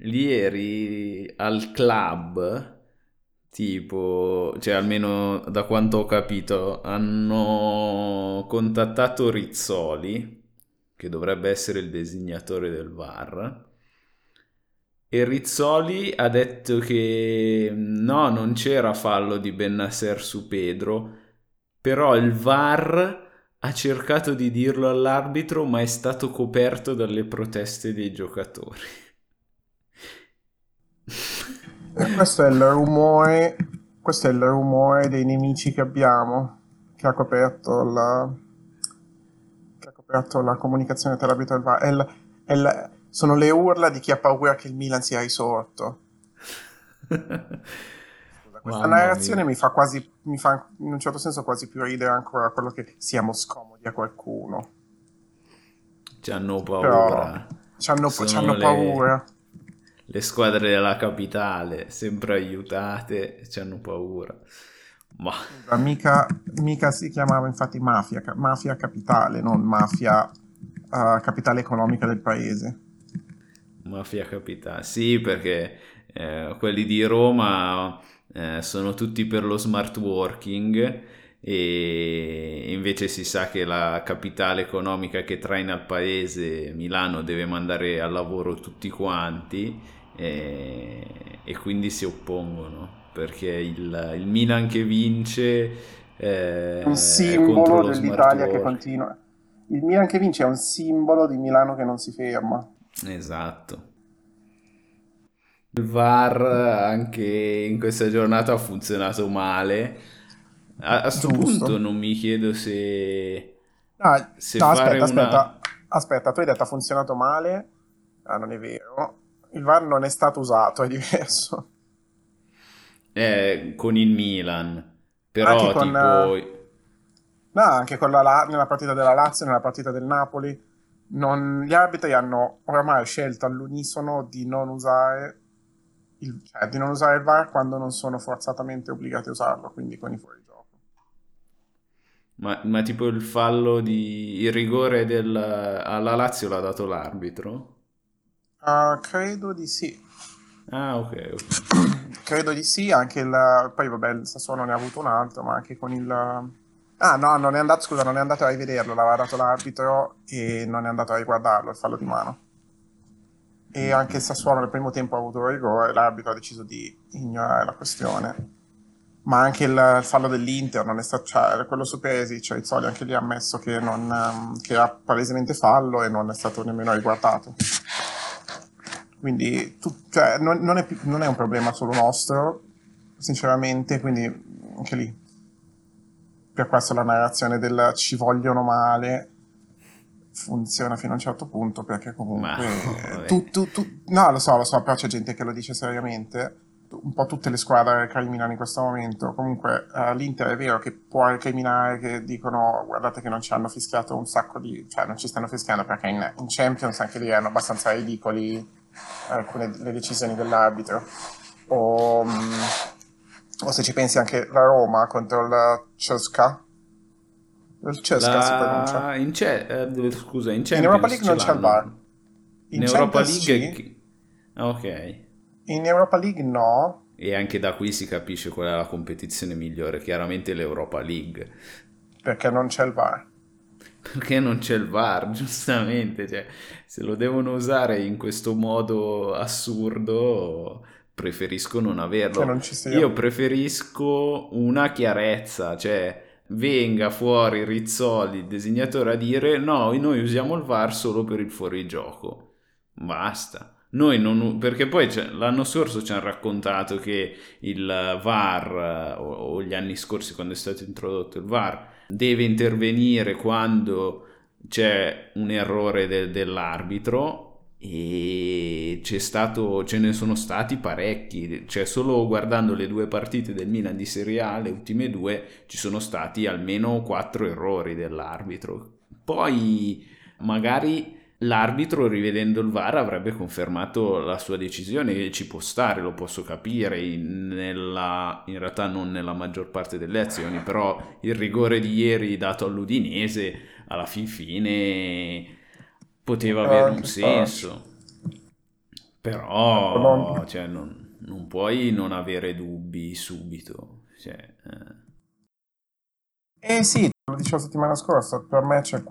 lì eri al club, tipo, cioè almeno da quanto ho capito, hanno contattato Rizzoli, che dovrebbe essere il designatore del VAR, e Rizzoli ha detto che no, non c'era fallo di Bennasser su Pedro, però il VAR ha cercato di dirlo all'arbitro, ma è stato coperto dalle proteste dei giocatori. E questo è il rumore dei nemici che abbiamo, che ha coperto che ha coperto la comunicazione tra l'arbitro e il VAR. Sono le urla di chi ha paura che il Milan sia risorto. Scusa, questa Mamma narrazione mia, mi fa in un certo senso quasi più ridere ancora quello che siamo scomodi a qualcuno. ci hanno Però paura. c'hanno Sono paura. le squadre della capitale, sempre aiutate, ci hanno paura. Ma Scusa, mica si chiamava infatti mafia capitale, non mafia capitale economica del paese. mafia capitale. Sì, perché quelli di Roma sono tutti per lo smart working e invece si sa che la capitale economica che traina il paese, Milano, deve mandare al lavoro tutti quanti e quindi si oppongono perché il Milan che vince È un è contro simbolo lo smart dell'Italia che working. continua. Il Milan che vince è un simbolo di Milano che non si ferma. Esatto. Il VAR anche in questa giornata ha funzionato male. A sto punto Giusto. non mi chiedo se No, fare una... aspetta, tu hai detto ha funzionato male. Ah, non è vero. Il VAR non è stato usato, è diverso. con il Milan, Anche però con, tipo... no, anche con nella partita della Lazio, nella partita del Napoli, gli arbitri hanno oramai scelto all'unisono di non usare di non usare il VAR quando non sono forzatamente obbligati a usarlo, quindi con i fuorigioco. Ma tipo il fallo di... il rigore alla Lazio l'ha dato l'arbitro? Credo di sì. Ah, ok, ok. Credo di sì, anche poi vabbè, il Sassuolo ne ha avuto un altro, ma anche con il... Ah no, non è andato, scusa, non è andato a rivederlo, l'aveva dato l'arbitro e non è andato a riguardarlo, il fallo di mano. E Mm, anche il mm, Sassuolo nel primo tempo ha avuto un rigore, l'arbitro ha deciso di ignorare la questione. Ma anche il fallo dell'Inter non è stato, cioè, quello su Perisic, cioè Rizzoli anche lì ha ammesso che era palesemente fallo e non è stato nemmeno riguardato. Quindi cioè, non è un problema solo nostro, sinceramente, quindi anche lì. Per questo la narrazione del ci vogliono male funziona fino a un certo punto, perché ma comunque vabbè. no, lo so, però c'è gente che lo dice seriamente. Un po' tutte le squadre criminano in questo momento. Comunque l'Inter è vero che può recriminare, che dicono guardate che non ci hanno fischiato un sacco di... cioè non ci stanno fischiando perché in Champions anche lì erano abbastanza ridicoli alcune le decisioni dell'arbitro. O, o se ci pensi anche la Roma contro il CSKA si pronuncia. Scusa, in In Europa Champions League ce non c'è il VAR. l'hanno. In In Europa Champions League... sì, Ah, ok. in Europa League no, E anche da qui si capisce qual è la competizione migliore, chiaramente l'Europa League. perché non c'è il VAR. Perché non c'è il VAR, giustamente, cioè, se lo devono usare in questo modo assurdo, preferisco non Che averlo. non ci sia. Io preferisco una chiarezza, cioè venga fuori Rizzoli, il disegnatore, a dire no, noi usiamo il VAR solo per il fuorigioco. Basta. Noi non, perché poi l'anno scorso ci hanno raccontato che il VAR, o gli anni scorsi quando è stato introdotto il VAR, deve intervenire quando c'è un errore dell'arbitro e ce ne sono stati parecchi, cioè solo guardando le due partite del Milan di Serie A, le ultime due, ci sono stati almeno quattro errori dell'arbitro. Poi magari l'arbitro, rivedendo il VAR, avrebbe confermato la sua decisione, che ci può stare, lo posso capire, in realtà non nella maggior parte delle azioni, però il rigore di ieri dato all'Udinese, alla fin fine poteva avere un Che faccio? senso. Però cioè, non puoi non avere dubbi subito. Cioè, Sì, lo dicevo la settimana scorsa, per me c'è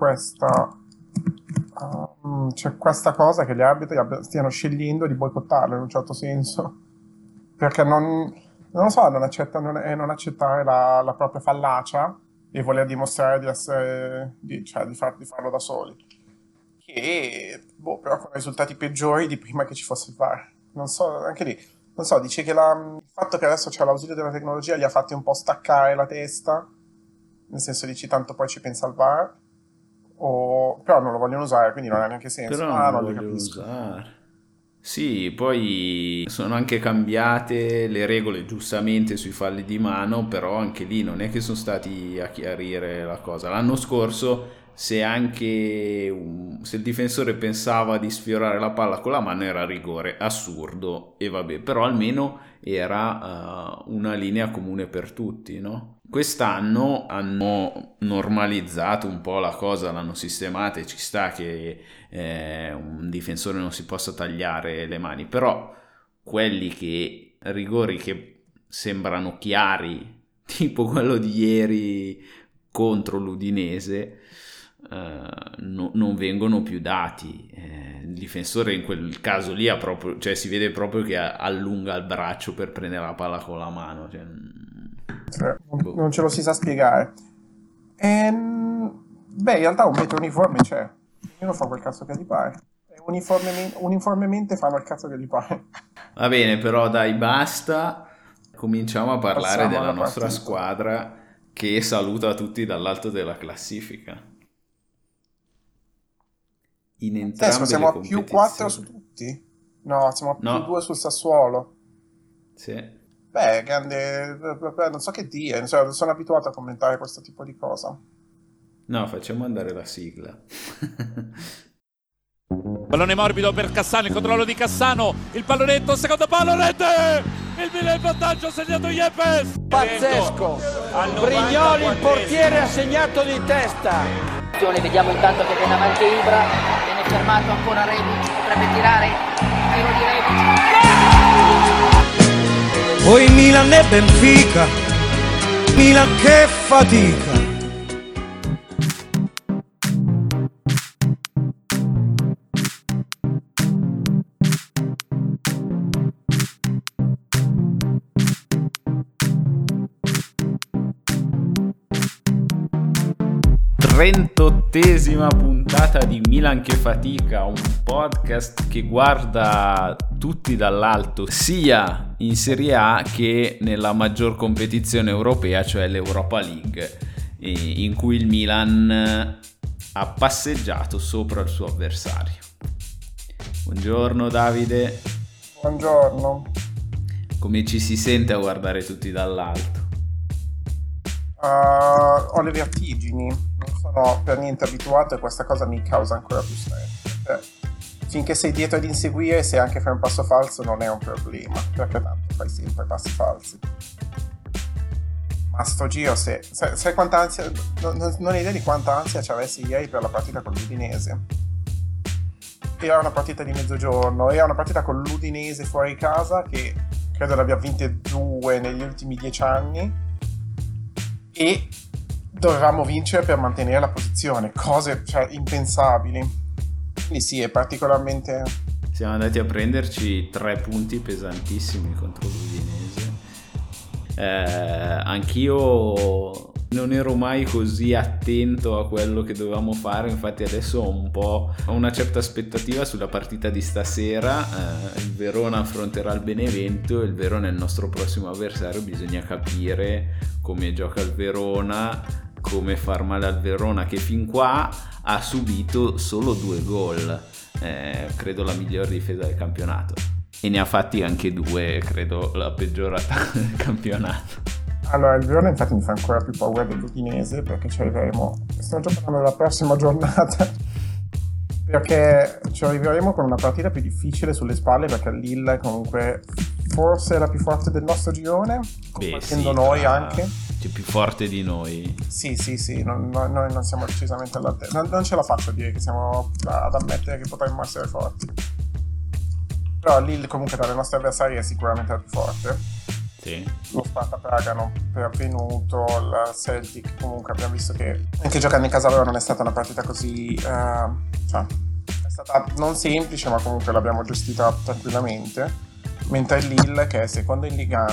questa cosa che gli arbitri stiano scegliendo di boicottarlo in un certo senso, perché non lo so, non accettare la propria fallacia e voler dimostrare di essere, cioè di farlo da soli. Che, però con risultati peggiori di prima che ci fosse il VAR. Non so, anche lì, non so, dice che il fatto che adesso c'è l'ausilio della tecnologia li ha fatti un po' staccare la testa, nel senso dici tanto poi ci pensa il VAR, però non lo vogliono usare, quindi non ha neanche senso. però Ah, non non lo li voglio capisco. usare. Sì, poi sono anche cambiate le regole giustamente sui falli di mano, però anche lì non è che sono stati a chiarire la cosa. L'anno scorso, se il difensore pensava di sfiorare la palla con la mano era rigore, assurdo, e vabbè, però almeno era una linea comune per tutti, no? Quest'anno hanno normalizzato un po' la cosa, l'hanno sistemata e ci sta che un difensore non si possa tagliare le mani, però rigori che sembrano chiari, tipo quello di ieri contro l'Udinese, non vengono più dati. Il difensore in quel caso lì cioè, si vede proprio che allunga il braccio per prendere la palla con la mano. Cioè, Non ce lo si sa spiegare. Beh, in realtà un metro uniforme c'è. Ognuno fa quel cazzo che gli pare. E uniformemente fanno il cazzo che gli pare. Va bene, però dai, basta. Cominciamo a parlare Passiamo della alla nostra partita. squadra che saluta tutti dall'alto della classifica. In Adesso entrambe siamo le a più 4 su competizioni. tutti? No, siamo a più No, 2 sul Sassuolo. sì. Beh, grande, non so che dire, cioè, sono abituato a commentare questo tipo di cosa. No, facciamo andare la sigla. Pallone morbido per Cassano, il controllo di Cassano, il pallonetto, secondo palo, rete! Il Milan in vantaggio, ha segnato Yepes! Pazzesco! Brignoli, il portiere, ha segnato di testa! Vediamo intanto che viene avanti Ibra, viene fermato ancora Rebic, potrebbe tirare, tiro di Rebic. Poi Milan e Benfica, Milan che fatica. 38esima puntata di Milan che fatica, un podcast che guarda tutti dall'alto, sia in Serie A che nella maggior competizione europea, cioè l'Europa League, in cui il Milan ha passeggiato sopra il suo avversario. Buongiorno Davide. Buongiorno. Come ci si sente a guardare tutti dall'alto? Ho le vertigini, non sono per niente abituato e questa cosa mi causa ancora più stress. Finché sei dietro ad inseguire, se anche fai un passo falso non è un problema, perché tanto fai sempre passi falsi. Ma sto giro, sai quanta ansia, non hai idea di quanta ansia ci avessi ieri per la partita con l'Udinese. Era una partita di mezzogiorno, era una partita con l'Udinese fuori casa che credo ne abbia vinte 2 negli ultimi 10 anni. E dovevamo vincere per mantenere la posizione, cose impensabili. Quindi sì, è particolarmente... Siamo andati a prenderci 3 punti pesantissimi contro l'Udinese. Anch'io non ero mai così attento a quello che dovevamo fare, infatti adesso ho una certa aspettativa sulla partita di stasera. Il Verona affronterà il Benevento e il Verona è il nostro prossimo avversario, bisogna capire come gioca il Verona, come far male al Verona che fin qua ha subito solo 2 gol, credo la miglior difesa del campionato, e ne ha fatti anche 2, credo la peggior attacco del campionato. Allora, il Verona infatti mi fa ancora più paura dell'Udinese, perché ci arriveremo, stiamo già parlando della prossima giornata, perché ci arriveremo con una partita più difficile sulle spalle, perché il Lille comunque forse è la più forte del nostro girone, combattendo noi anche. C'è più forte di noi. Sì, noi non siamo decisamente all'altezza, non ce la faccio a dire che siamo ad ammettere che potremmo essere forti. Però Lille comunque dalle nostre avversarie è sicuramente la più forte. Sì. Lo Sparta Praga non pervenuto, il Celtic comunque abbiamo visto che anche giocando in casa loro non è stata una partita così cioè è stata non semplice, ma comunque l'abbiamo gestita tranquillamente, mentre il Lille, che è secondo in Ligue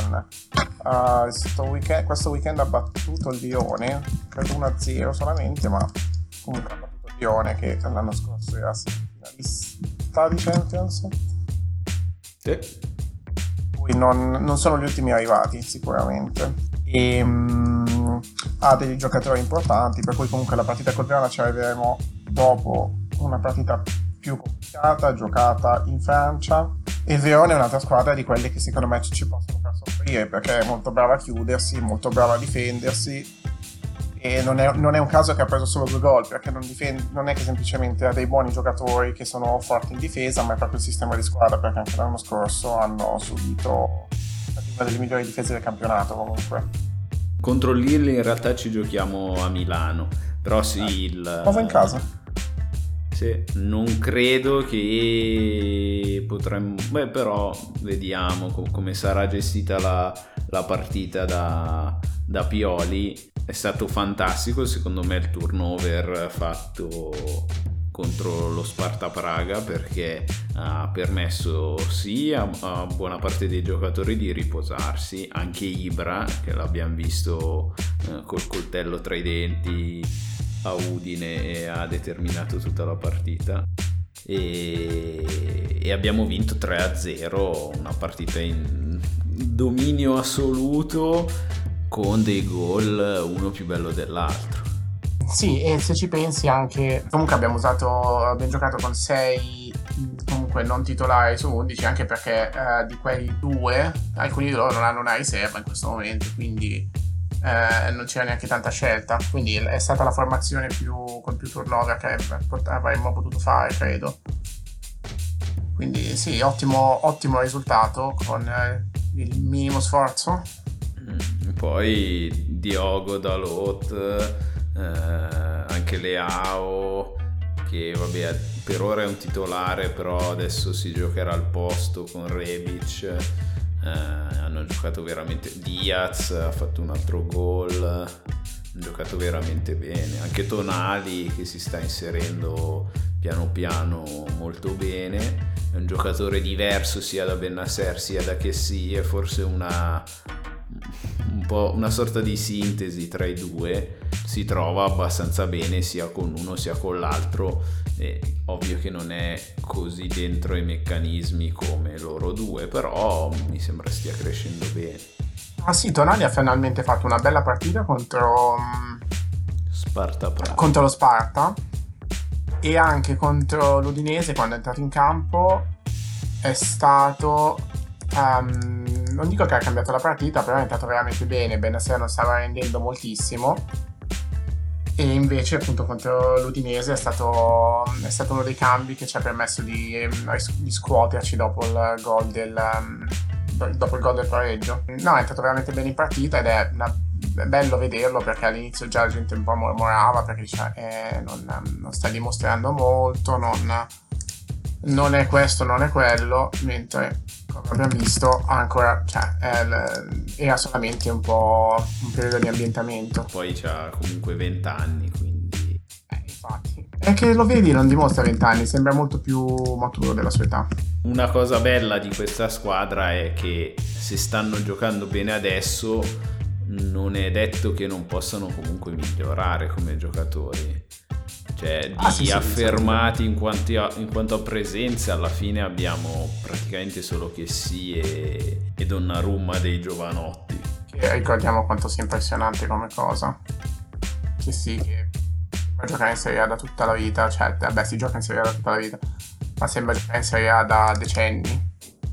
1, questo weekend ha battuto il Lione, credo 1-0 solamente, ma comunque ha battuto il Lione che l'anno scorso era finalista di Champions. Sì. Non sono gli ultimi arrivati sicuramente, e ha dei giocatori importanti, per cui comunque la partita col Verona ci arriveremo dopo una partita più complicata, giocata in Francia, e il Verona è un'altra squadra di quelle che secondo me ci possono far soffrire, perché è molto brava a chiudersi, molto brava a difendersi, e non è un caso che ha preso solo 2 gol, perché non è che semplicemente ha dei buoni giocatori che sono forti in difesa, ma è proprio il sistema di squadra, perché anche l'anno scorso hanno subito una delle migliori difese del campionato comunque. Contro l'Lille in realtà ci giochiamo a Milano, però sì, cosa in casa? Sì, non credo che potremmo... però vediamo come sarà gestita la partita da Pioli. È stato fantastico secondo me il turnover fatto contro lo Sparta Praga, perché ha permesso sì a buona parte dei giocatori di riposarsi, anche Ibra, che l'abbiamo visto col coltello tra i denti a Udine e ha determinato tutta la partita, e abbiamo vinto 3-0, una partita in dominio assoluto con dei gol uno più bello dell'altro. Sì, e se ci pensi anche comunque abbiamo giocato con 6 comunque non titolari su 11, anche perché di quelli 2 alcuni di loro non hanno una riserva in questo momento, quindi non c'era neanche tanta scelta, quindi è stata la formazione con più turnover che avremmo potuto fare, credo. Quindi sì, ottimo risultato con il minimo sforzo. Poi Diogo Dalot, anche Leao, che vabbè per ora è un titolare, però adesso si giocherà al posto con Rebic. Hanno giocato veramente. Diaz ha fatto un altro gol, hanno giocato veramente bene. Anche Tonali, che si sta inserendo piano piano molto bene, è un giocatore diverso sia da Bennacer sia da Kessie, è forse un po' una sorta di sintesi tra i due. Si trova abbastanza bene sia con uno sia con l'altro. Ovvio che non è così dentro i meccanismi come loro due, però mi sembra stia crescendo bene. Ah sì, Tonali ha finalmente fatto una bella partita contro Sparta Praga, contro lo Sparta, e anche contro l'Udinese quando è entrato in campo è stato non dico che ha cambiato la partita, però è entrato veramente bene. Bennacer non stava rendendo moltissimo, e invece appunto contro l'Udinese è stato uno dei cambi che ci ha permesso di scuoterci dopo il gol del pareggio. No, è entrato veramente bene in partita, ed è bello vederlo, perché all'inizio già la gente un po' mormorava, perché dice non sta dimostrando molto, non è questo, non è quello, mentre come abbiamo visto ancora era solamente un po' un periodo di ambientamento. Poi c'ha comunque 20 anni, quindi infatti è che lo vedi, non dimostra 20 anni, sembra molto più maturo della sua età. Una cosa bella di questa squadra è che se stanno giocando bene adesso non è detto che non possano comunque migliorare come giocatori. Cioè di affermati in quanto a presenza, alla fine abbiamo praticamente solo Kessie e Donnarumma dei giovanotti, che ricordiamo quanto sia impressionante come cosa. Che sembra giocare in Serie A da tutta la vita, cioè vabbè si gioca in Serie A da tutta la vita, ma sembra giocare in Serie A da decenni.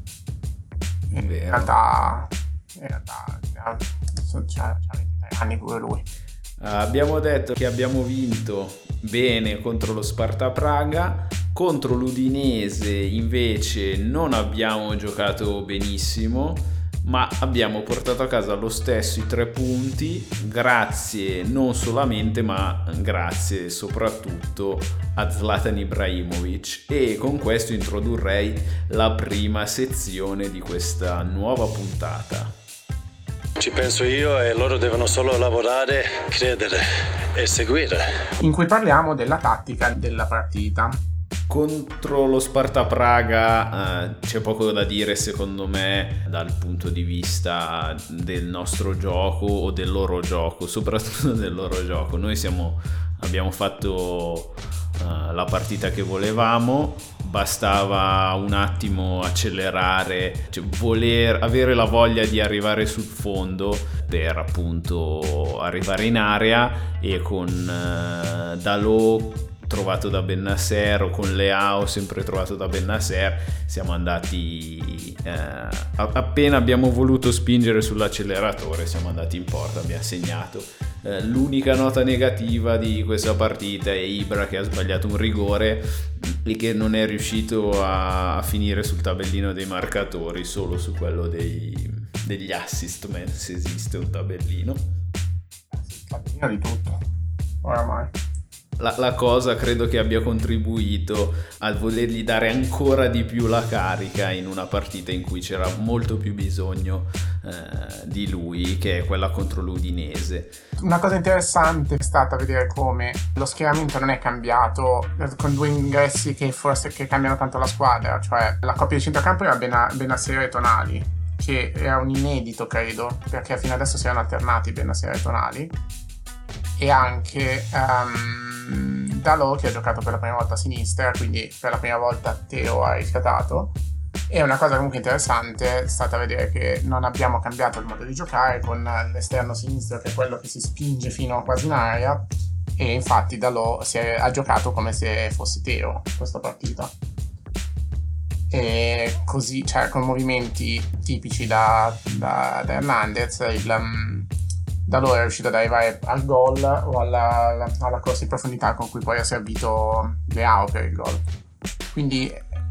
In realtà c'ha 23 anni pure lui. Abbiamo detto che abbiamo vinto bene contro lo Sparta Praga. Contro l'Udinese invece non abbiamo giocato benissimo, ma abbiamo portato a casa lo stesso i 3 punti grazie non solamente ma grazie soprattutto a Zlatan Ibrahimovic. E con questo introdurrei la prima sezione di questa nuova puntata. Ci penso io e loro devono solo lavorare, credere e seguire. In cui parliamo della tattica della partita. Contro lo Sparta Praga c'è poco da dire secondo me dal punto di vista del nostro gioco o del loro gioco, soprattutto del loro gioco. Noi abbiamo fatto la partita che volevamo, bastava un attimo accelerare, cioè avere la voglia di arrivare sul fondo per appunto arrivare in area, e con Dalot trovato da Bennacer o con Leao sempre trovato da Bennacer siamo andati appena abbiamo voluto spingere sull'acceleratore siamo andati in porta, abbiamo segnato. L'unica nota negativa di questa partita è Ibra che ha sbagliato un rigore e che non è riuscito a finire sul tabellino dei marcatori, solo su quello degli assist, se esiste un tabellino. Tabellino di tutto oramai. La cosa credo che abbia contribuito a volergli dare ancora di più la carica in una partita in cui c'era molto più bisogno di lui, che è quella contro l'Udinese. Una cosa interessante è stata vedere come lo schieramento non è cambiato con 2 ingressi che cambiano tanto la squadra, cioè la coppia di centrocampo era Bennacer e Tonali, che era un inedito credo, perché fino adesso si erano alternati Bennacer e Tonali, e anche Dalot che ha giocato per la prima volta a sinistra, quindi per la prima volta Teo ha riscattato. E una cosa comunque interessante è stata vedere che non abbiamo cambiato il modo di giocare con l'esterno sinistro che è quello che si spinge fino quasi in area, e infatti Dalot ha giocato come se fosse Teo questa partita, e così, cioè con movimenti tipici da Hernandez. Dalot è riuscito ad arrivare al gol o alla corsa in profondità con cui poi ha servito Leao per il gol. Quindi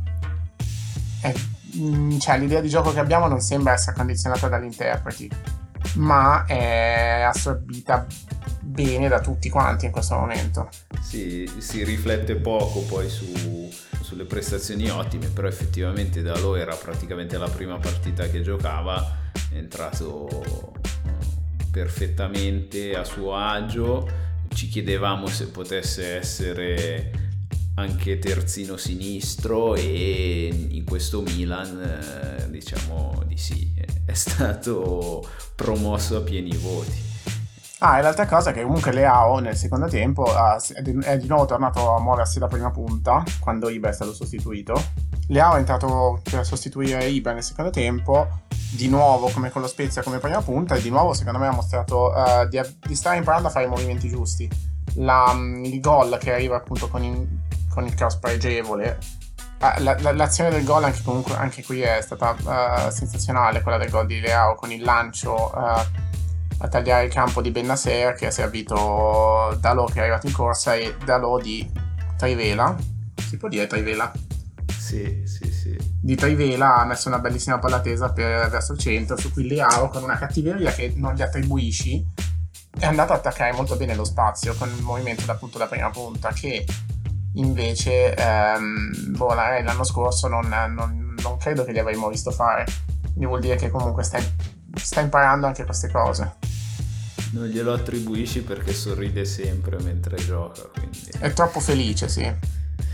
cioè, l'idea di gioco che abbiamo non sembra essere condizionata dagli interpreti, ma è assorbita bene da tutti quanti in questo momento. Sì, si riflette poco poi sulle prestazioni ottime, però effettivamente Dalot era praticamente la prima partita che giocava, è entrato perfettamente a suo agio. Ci chiedevamo se potesse essere anche terzino sinistro, e in questo Milan diciamo di sì, è stato promosso a pieni voti. E l'altra cosa è che comunque Leao nel secondo tempo è di nuovo tornato a muoversi da prima punta quando Ibra è stato sostituito. Leao è entrato per sostituire Ibra nel secondo tempo, di nuovo come con lo Spezia come prima punta, e di nuovo secondo me ha mostrato di stare imparando a fare i movimenti giusti. Il gol che arriva appunto con il cross pregevole, l'azione del gol anche qui è stata sensazionale, quella del gol di Leao con il lancio a tagliare il campo di Bennacer, che ha servito Dalot che è arrivato in corsa, e Dalot di Trivela, si può dire Trivela? Sì. Di Trivela ha messo una bellissima palla tesa verso il centro, su cui Leao con una cattiveria che non gli attribuisci è andato ad attaccare molto bene lo spazio con il movimento appunto da prima punta, che invece l'anno scorso non credo che gli avremmo visto fare. Quindi vuol dire che comunque sta imparando anche queste cose. Non glielo attribuisci perché sorride sempre mentre gioca, quindi è troppo felice, sì.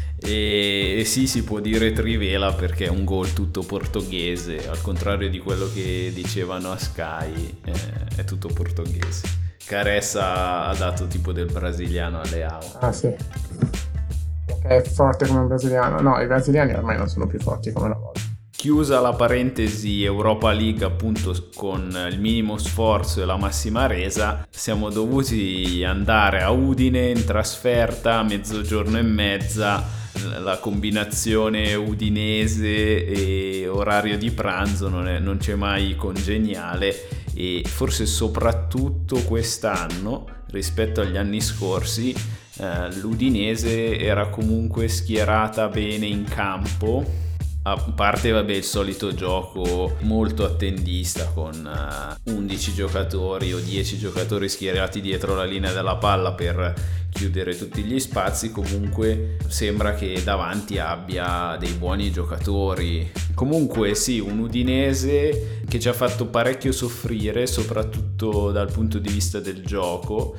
E sì, si può dire Trivela perché è un gol tutto portoghese, al contrario di quello che dicevano a Sky, è tutto portoghese. Caressa ha dato tipo del brasiliano a Leao. Sì, perché è forte come un brasiliano. No, i brasiliani ormai non sono più forti come una volta. Chiusa la parentesi Europa League appunto con il minimo sforzo e la massima resa, siamo dovuti andare a Udine in trasferta a 12:30, la combinazione udinese e orario di pranzo non c'è mai congeniale, e forse soprattutto quest'anno rispetto agli anni scorsi l'Udinese era comunque schierata bene in campo, A parte il solito gioco molto attendista con 11 giocatori o 10 giocatori schierati dietro la linea della palla per chiudere tutti gli spazi, comunque sembra che davanti abbia dei buoni giocatori. Comunque sì, un Udinese che ci ha fatto parecchio soffrire, soprattutto dal punto di vista del gioco,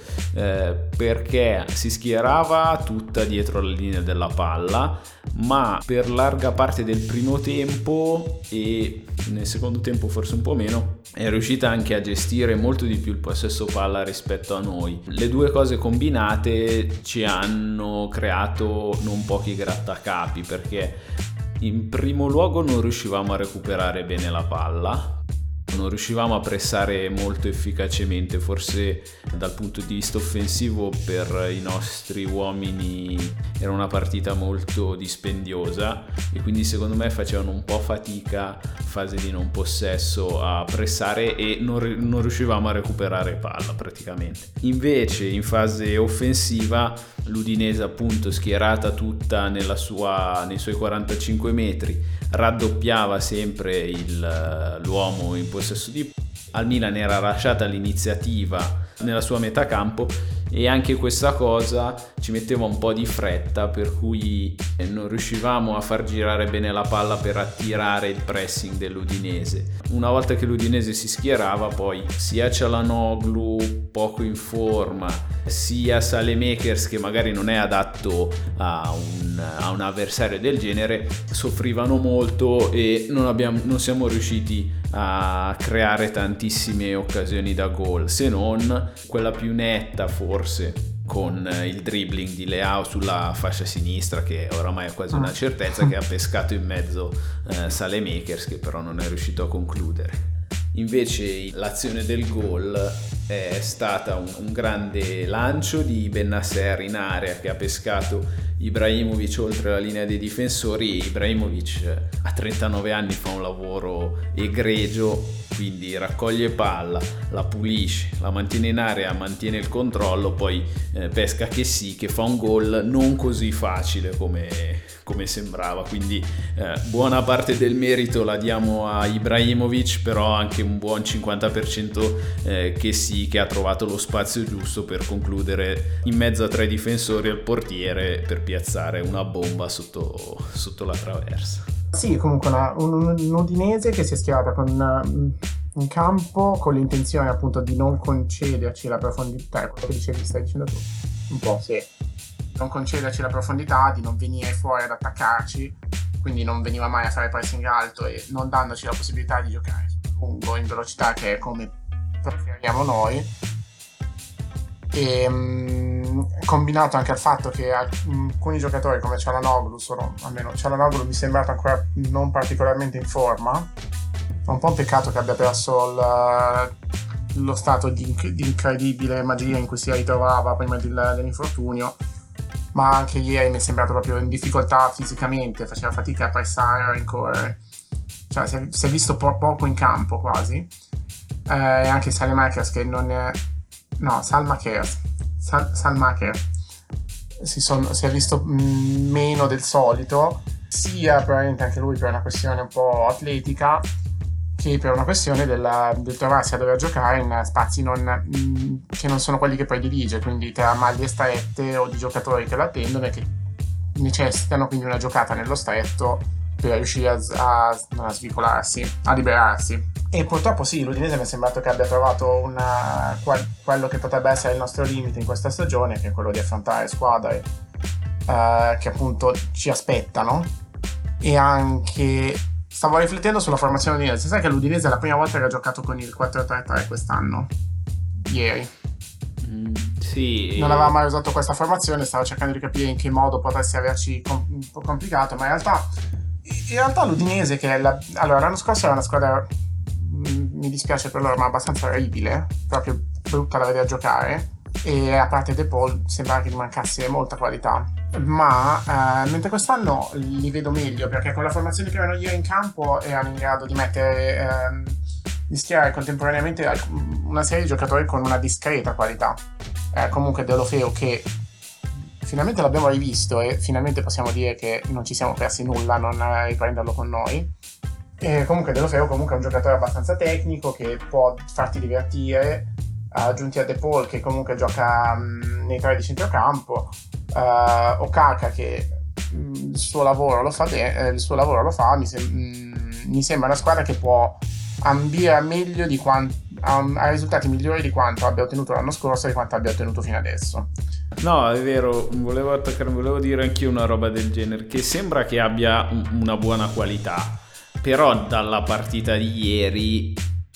perché si schierava tutta dietro la linea della palla, ma per larga parte del primo tempo e nel secondo tempo forse un po' meno, è riuscita anche a gestire molto di più il possesso palla rispetto a noi. Le due cose combinate ci hanno creato non pochi grattacapi, perché in primo luogo non riuscivamo a recuperare bene la palla, non riuscivamo a pressare molto efficacemente, forse dal punto di vista offensivo per i nostri uomini era una partita molto dispendiosa e quindi secondo me facevano un po' fatica, fase di non possesso, a pressare e non riuscivamo a recuperare palla praticamente. Invece in fase offensiva l'Udinese, appunto, schierata tutta nei suoi 45 metri, raddoppiava sempre l'uomo in possesso di palla. Al Milan era lasciata l'iniziativa nella sua metà campo e anche questa cosa ci metteva un po' di fretta, per cui non riuscivamo a far girare bene la palla per attirare il pressing dell'Udinese. Una volta che l'Udinese si schierava, poi sia Çalhanoğlu poco in forma, sia Saelemaekers che magari non è adatto a un avversario del genere, soffrivano molto e non siamo riusciti a creare tantissime occasioni da gol, se non quella più netta forse con il dribbling di Leao sulla fascia sinistra, che oramai è quasi una certezza, che ha pescato in mezzo Saelemaekers, che però non è riuscito a concludere. Invece l'azione del gol è stata un grande lancio di Bennacer in area, che ha pescato Ibrahimovic oltre la linea dei difensori. Ibrahimovic a 39 anni fa un lavoro egregio, quindi raccoglie palla, la pulisce, la mantiene in area, mantiene il controllo, poi pesca che fa un gol non così facile come sembrava, quindi buona parte del merito la diamo a Ibrahimovic, però anche un buon 50% che ha trovato lo spazio giusto per concludere in mezzo a 3 difensori al portiere per piazzare una bomba sotto la traversa. Sì, comunque un Udinese che si è schierata in campo con l'intenzione appunto di non concederci la profondità, quello che stai dicendo tu, un po', sì, non concederci la profondità, di non venire fuori ad attaccarci, quindi non veniva mai a fare pressing alto e non dandoci la possibilità di giocare lungo in velocità, che è come preferiamo noi, e combinato anche al fatto che alcuni giocatori come Çalhanoğlu, almeno Çalhanoğlu mi è sembrato ancora non particolarmente in forma. È un po' un peccato che abbia perso lo stato di incredibile magia in cui si ritrovava prima dell'infortunio, ma anche ieri mi è sembrato proprio in difficoltà fisicamente, faceva fatica a pressare, a rincorrere, cioè si è visto poco in campo quasi. E anche Saelemaekers che non è... no, Saelemaekers si è visto meno del solito, sia probabilmente anche lui per una questione un po' atletica, che per una questione del trovarsi a dover giocare in spazi che non sono quelli che predilige, quindi tra maglie strette o di giocatori che lo attendono e che necessitano quindi una giocata nello stretto per riuscire non a svicolarsi, a liberarsi. E purtroppo sì, l'Udinese mi è sembrato che abbia trovato quello che potrebbe essere il nostro limite in questa stagione, che è quello di affrontare squadre che appunto ci aspettano. E anche stavo riflettendo sulla formazione udinese. Sai che l'Udinese è la prima volta che ha giocato con il 4-3-3 quest'anno, ieri. Sì. Non aveva mai usato questa formazione, stavo cercando di capire in che modo potesse averci un po' complicato, ma in realtà l'Udinese, che allora l'anno scorso era una squadra, mi dispiace per loro, ma abbastanza orribile, proprio brutta da vedere giocare, e a parte De Paul sembra che gli mancasse molta qualità, ma mentre quest'anno li vedo meglio, perché con la formazione che avevano ieri in campo erano in grado di mettere di schierare contemporaneamente una serie di giocatori con una discreta qualità. Comunque Deulofeu, che finalmente l'abbiamo rivisto e finalmente possiamo dire che non ci siamo persi nulla a non riprenderlo con noi. E comunque Deulofeu comunque è un giocatore abbastanza tecnico che può farti divertire, aggiunti a De Paul che comunque gioca nei 3 di centrocampo, Okaka che il suo lavoro lo fa, mi sembra una squadra che può ambire a meglio a risultati migliori di quanto abbia ottenuto l'anno scorso e di quanto abbia ottenuto fino adesso. No, è vero, volevo dire anch'io una roba del genere, che sembra che abbia una buona qualità, però dalla partita di ieri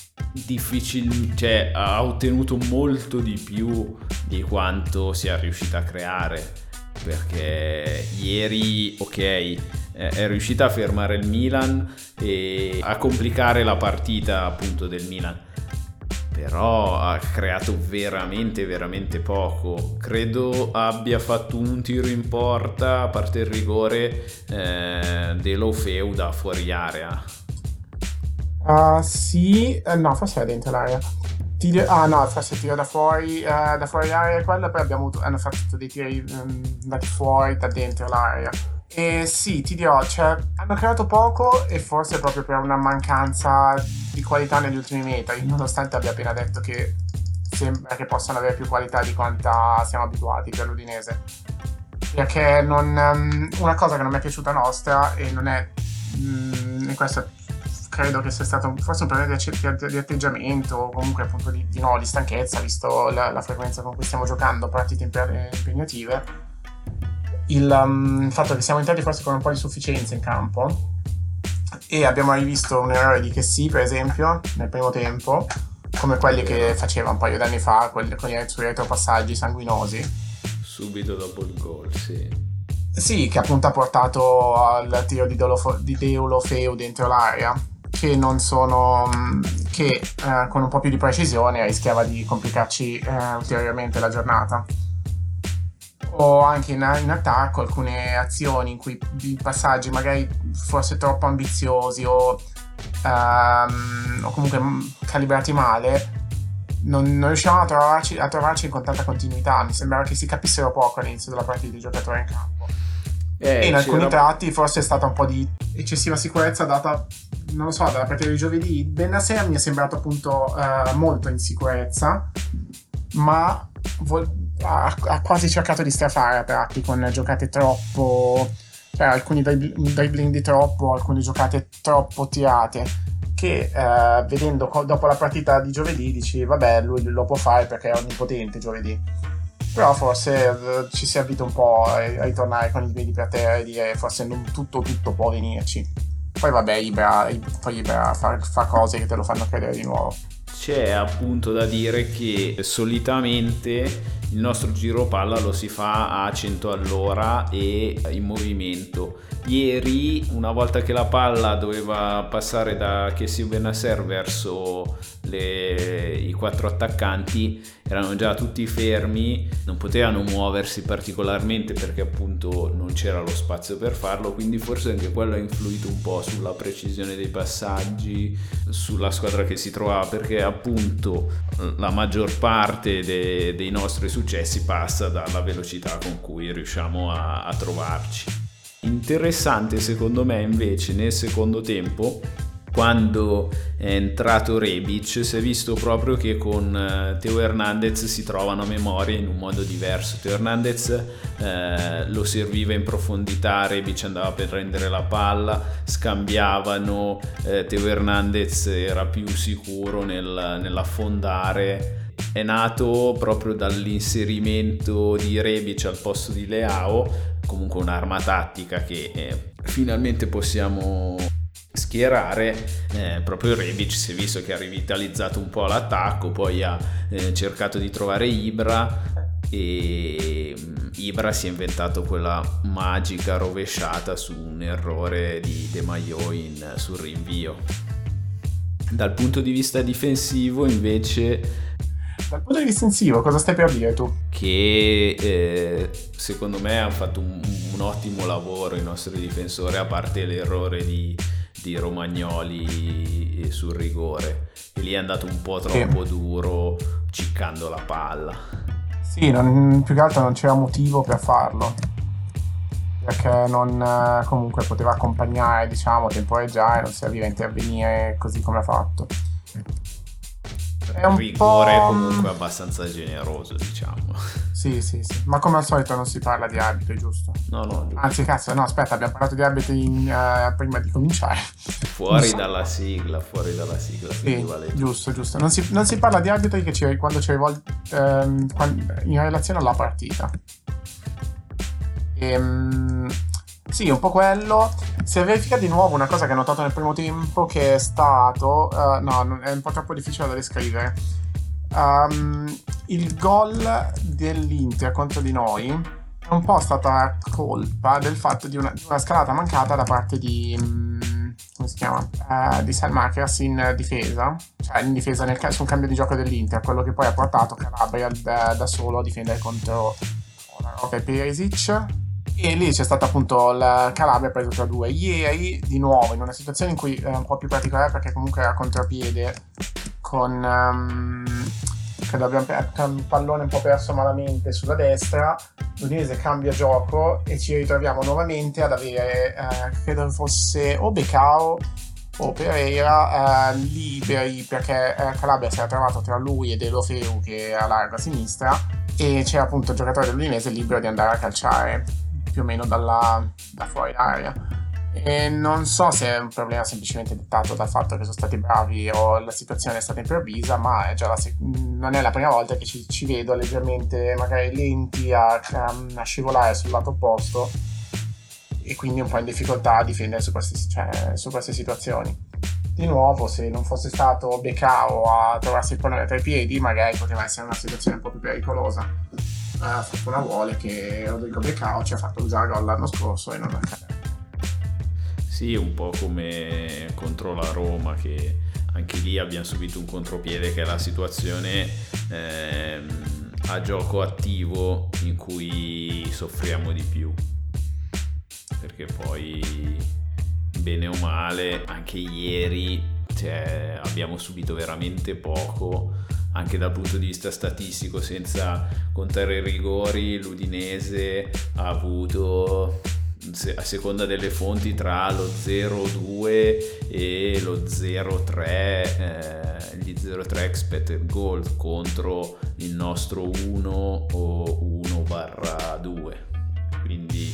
ha ottenuto molto di più di quanto sia riuscita a creare, perché ieri è riuscita a fermare il Milan e a complicare la partita appunto del Milan, però ha creato veramente veramente poco. Credo abbia fatto un tiro in porta, a parte il rigore, Deulofeu da fuori area. Sì, no, forse era dentro l'area. Forse tiro da fuori area quello, poi hanno fatto dei tiri andati fuori da dentro l'area. E sì, ti dirò, hanno creato poco e forse proprio per una mancanza di qualità negli ultimi metri, nonostante abbia appena detto che sembra che possano avere più qualità di quanta siamo abituati per l'Udinese. Perché una cosa che non mi è piaciuta nostra, e non è e questo credo che sia stato forse un problema di atteggiamento o comunque appunto di stanchezza, visto la frequenza con cui stiamo giocando partite impegnative, il fatto che siamo entrati forse con un po' di sufficienza in campo e abbiamo rivisto un errore di Kessie per esempio nel primo tempo, come quelli che faceva un paio d'anni fa con i suoi retropassaggi sanguinosi subito dopo il gol. Sì, che appunto ha portato al tiro di Deulofeu dentro l'area, che non sono che con un po' più di precisione rischiava di complicarci ulteriormente la giornata. O anche in attacco alcune azioni in cui i passaggi magari forse troppo ambiziosi o comunque calibrati male, non riuscivamo a trovarci con tanta continuità. Mi sembrava che si capissero poco all'inizio della partita i giocatori in campo, e in alcuni tratti forse è stata un po' di eccessiva sicurezza data, non lo so, dalla partita di giovedì. Bennacer mi è sembrato appunto molto in sicurezza, ma ha quasi cercato di strafare a tratti con giocate troppo, alcuni dribbling di troppo, alcune giocate troppo tirate, che vedendo dopo la partita di giovedì dici vabbè, lui lo può fare perché è onnipotente giovedì, però forse ci si è abituato un po' a ritornare con i piedi per terra e dire forse non tutto può venirci. Poi vabbè, Ibra fa cose che te lo fanno credere di nuovo. C'è appunto da dire che solitamente il nostro giro palla lo si fa a 100 all'ora e in movimento. Ieri, una volta che la palla doveva passare da Kessie Bennacer verso i 4 attaccanti, erano già tutti fermi, non potevano muoversi particolarmente perché appunto non c'era lo spazio per farlo, quindi forse anche quello ha influito un po' sulla precisione dei passaggi, sulla squadra che si trovava, perché appunto la maggior parte dei nostri successi passa dalla velocità con cui riusciamo a trovarci. Interessante secondo me invece nel secondo tempo, quando è entrato Rebic, si è visto proprio che con Theo Hernandez si trovano a memoria in un modo diverso. Theo Hernandez lo serviva in profondità, Rebic andava per prendere la palla, scambiavano, Theo Hernandez era più sicuro nell'affondare. È nato proprio dall'inserimento di Rebic al posto di Leao, comunque un'arma tattica che finalmente possiamo schierare. Proprio Rebic si è visto che ha rivitalizzato un po' l'attacco, poi ha cercato di trovare Ibra e Ibra si è inventato quella magica rovesciata su un errore di De Maio sul rinvio. Dal punto di vista difensivo invece, dal punto di vista difensivo cosa stai per dire tu? Che secondo me hanno fatto un ottimo lavoro i nostri difensori, a parte l'errore di Romagnoli sul rigore, e lì è andato un po' troppo duro ciccando la palla. Sì, più che altro non c'era motivo per farlo, perché comunque poteva accompagnare, diciamo, temporeggiare, non serviva intervenire così come ha fatto. È un rigore po'... comunque abbastanza generoso, diciamo. Sì, ma come al solito non si parla di arbitri, giusto? No, giusto. Anzi, cazzo, no, aspetta, abbiamo parlato di arbitri prima di cominciare. Fuori dalla sigla. Sì, giusto. Non si parla di arbitri quando ci rivolti in relazione alla partita. Sì, un po' quello. Si verifica di nuovo una cosa che ho notato nel primo tempo, che è stato... no, è un po' troppo difficile da descrivere. Il gol dell'Inter contro di noi è un po' stata colpa del fatto di una scalata mancata da parte di... come si chiama? Di Salmakers in difesa. Cioè in difesa su un cambio di gioco dell'Inter, quello che poi ha portato Calabria da solo a difendere contro Olarov e Perisic. E lì c'è stata appunto la Calabria preso tra due. Ieri di nuovo in una situazione in cui è un po' più particolare, perché comunque era contropiede con credo abbia un pallone un po' perso malamente sulla destra, l'Udinese cambia gioco e ci ritroviamo nuovamente ad avere credo fosse o Becao o Pereira liberi, perché Calabria si era trovato tra lui e De Lofeu che è a larga sinistra, e c'era appunto il giocatore dell'Udinese libero di andare a calciare più o meno da fuori l'area. E non so se è un problema semplicemente dettato dal fatto che sono stati bravi o la situazione è stata improvvisa, ma è già non è la prima volta che ci vedo leggermente magari lenti a scivolare sul lato opposto, e quindi un po' in difficoltà a difendere su queste situazioni. Di nuovo, se non fosse stato Becao a trovarsi il pallone tra i piedi, magari poteva essere una situazione un po' più pericolosa. Fortuna vuole che Rodrigo Becao ci ha fatto usare gol l'anno scorso e non accade. Sì, un po' come contro la Roma, che anche lì abbiamo subito un contropiede, che è la situazione a gioco attivo in cui soffriamo di più, perché poi bene o male anche ieri abbiamo subito veramente poco, anche dal punto di vista statistico, senza contare i rigori. L'Udinese ha avuto, a seconda delle fonti, tra lo 0,2 e lo 0,3 gli 0,3 expected goal contro il nostro 1 o 1/2, quindi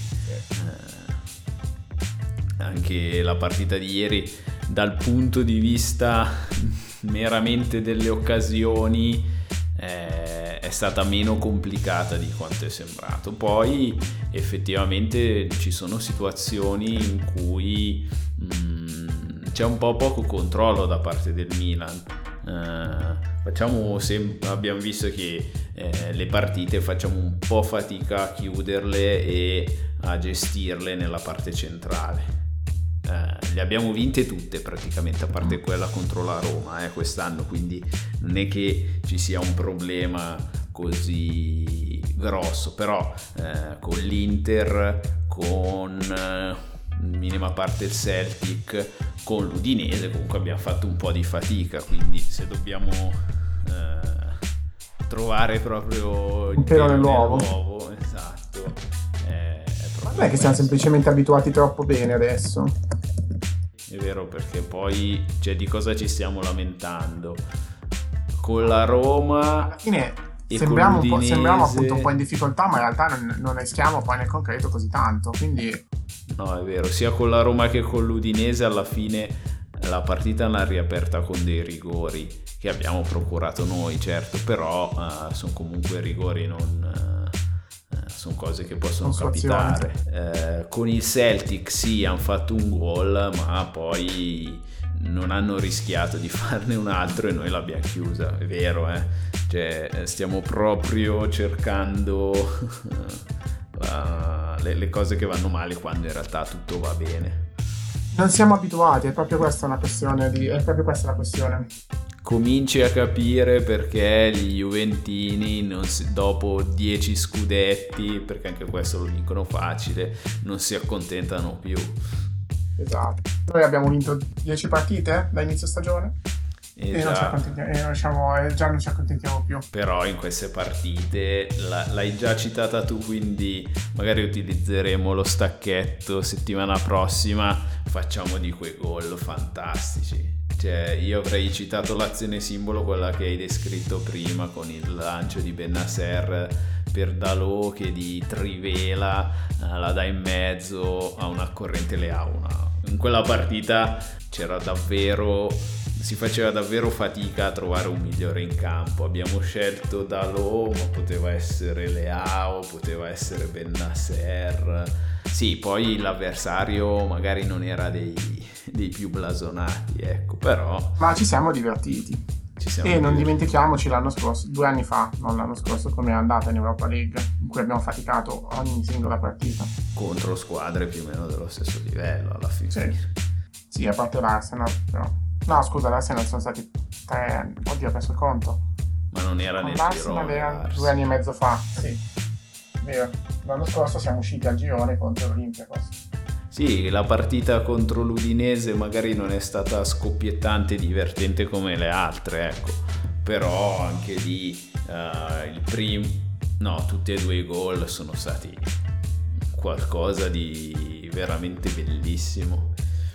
anche la partita di ieri dal punto di vista meramente delle occasioni è stata meno complicata di quanto è sembrato. Poi effettivamente ci sono situazioni in cui c'è un po' poco controllo da parte del Milan. Abbiamo visto che le partite facciamo un po' fatica a chiuderle e a gestirle nella parte centrale. Le abbiamo vinte tutte praticamente, a parte quella contro la Roma quest'anno, quindi non è che ci sia un problema così grosso, però con l'Inter, con minima parte il Celtic, con l'Udinese comunque abbiamo fatto un po' di fatica, quindi se dobbiamo trovare proprio il pelo nell'uovo, esatto, non è che siamo semplicemente abituati troppo bene adesso. È vero, perché poi di cosa ci stiamo lamentando? Con la Roma alla fine sembriamo appunto un po' in difficoltà, ma in realtà non rischiamo poi nel concreto così tanto, quindi no, è vero, sia con la Roma che con l'Udinese alla fine la partita l'ha riaperta con dei rigori che abbiamo procurato noi, certo, però sono comunque rigori, sono cose che possono capitare. Con il Celtic sì, hanno fatto un gol, ma poi non hanno rischiato di farne un altro e noi l'abbiamo chiusa, è vero, stiamo proprio cercando le cose che vanno male quando in realtà tutto va bene. Non siamo abituati, è proprio questa la questione. Cominci a capire perché gli juventini dopo 10 scudetti, perché anche questo lo dicono facile, non si accontentano più. Esatto. Noi abbiamo vinto 10 partite da inizio stagione. E già non ci accontentiamo più. Però in queste partite l'hai già citata tu, quindi magari utilizzeremo lo stacchetto settimana prossima, facciamo di quei gol fantastici. Cioè, io avrei citato l'azione simbolo, quella che hai descritto prima, con il lancio di Bennacer per Dalot che di trivela la dà in mezzo a una corrente Leao. In quella partita si faceva davvero fatica a trovare un migliore in campo. Abbiamo scelto Dalot, ma poteva essere Leao, poteva essere Bennacer. Sì, poi l'avversario magari non era dei più blasonati, ecco, però... Ma ci siamo divertiti. Non dimentichiamoci l'anno scorso, 2 anni fa, non l'anno scorso, come è andata in Europa League, in cui abbiamo faticato ogni singola partita. Contro squadre più o meno dello stesso livello, alla fine. Sì, a parte l'Arsenal, però... No, scusa, l'Arsenal sono stati 3 anni. Oddio, ho perso il conto. Ma non era nel girone. L'Arsenal era 2 anni e mezzo fa, sì. Vero. L'anno scorso siamo usciti al girone contro l'Olympiacos. Sì, la partita contro l'Udinese magari non è stata scoppiettante e divertente come le altre, ecco. Però anche lì tutti e 2 i gol sono stati qualcosa di veramente bellissimo.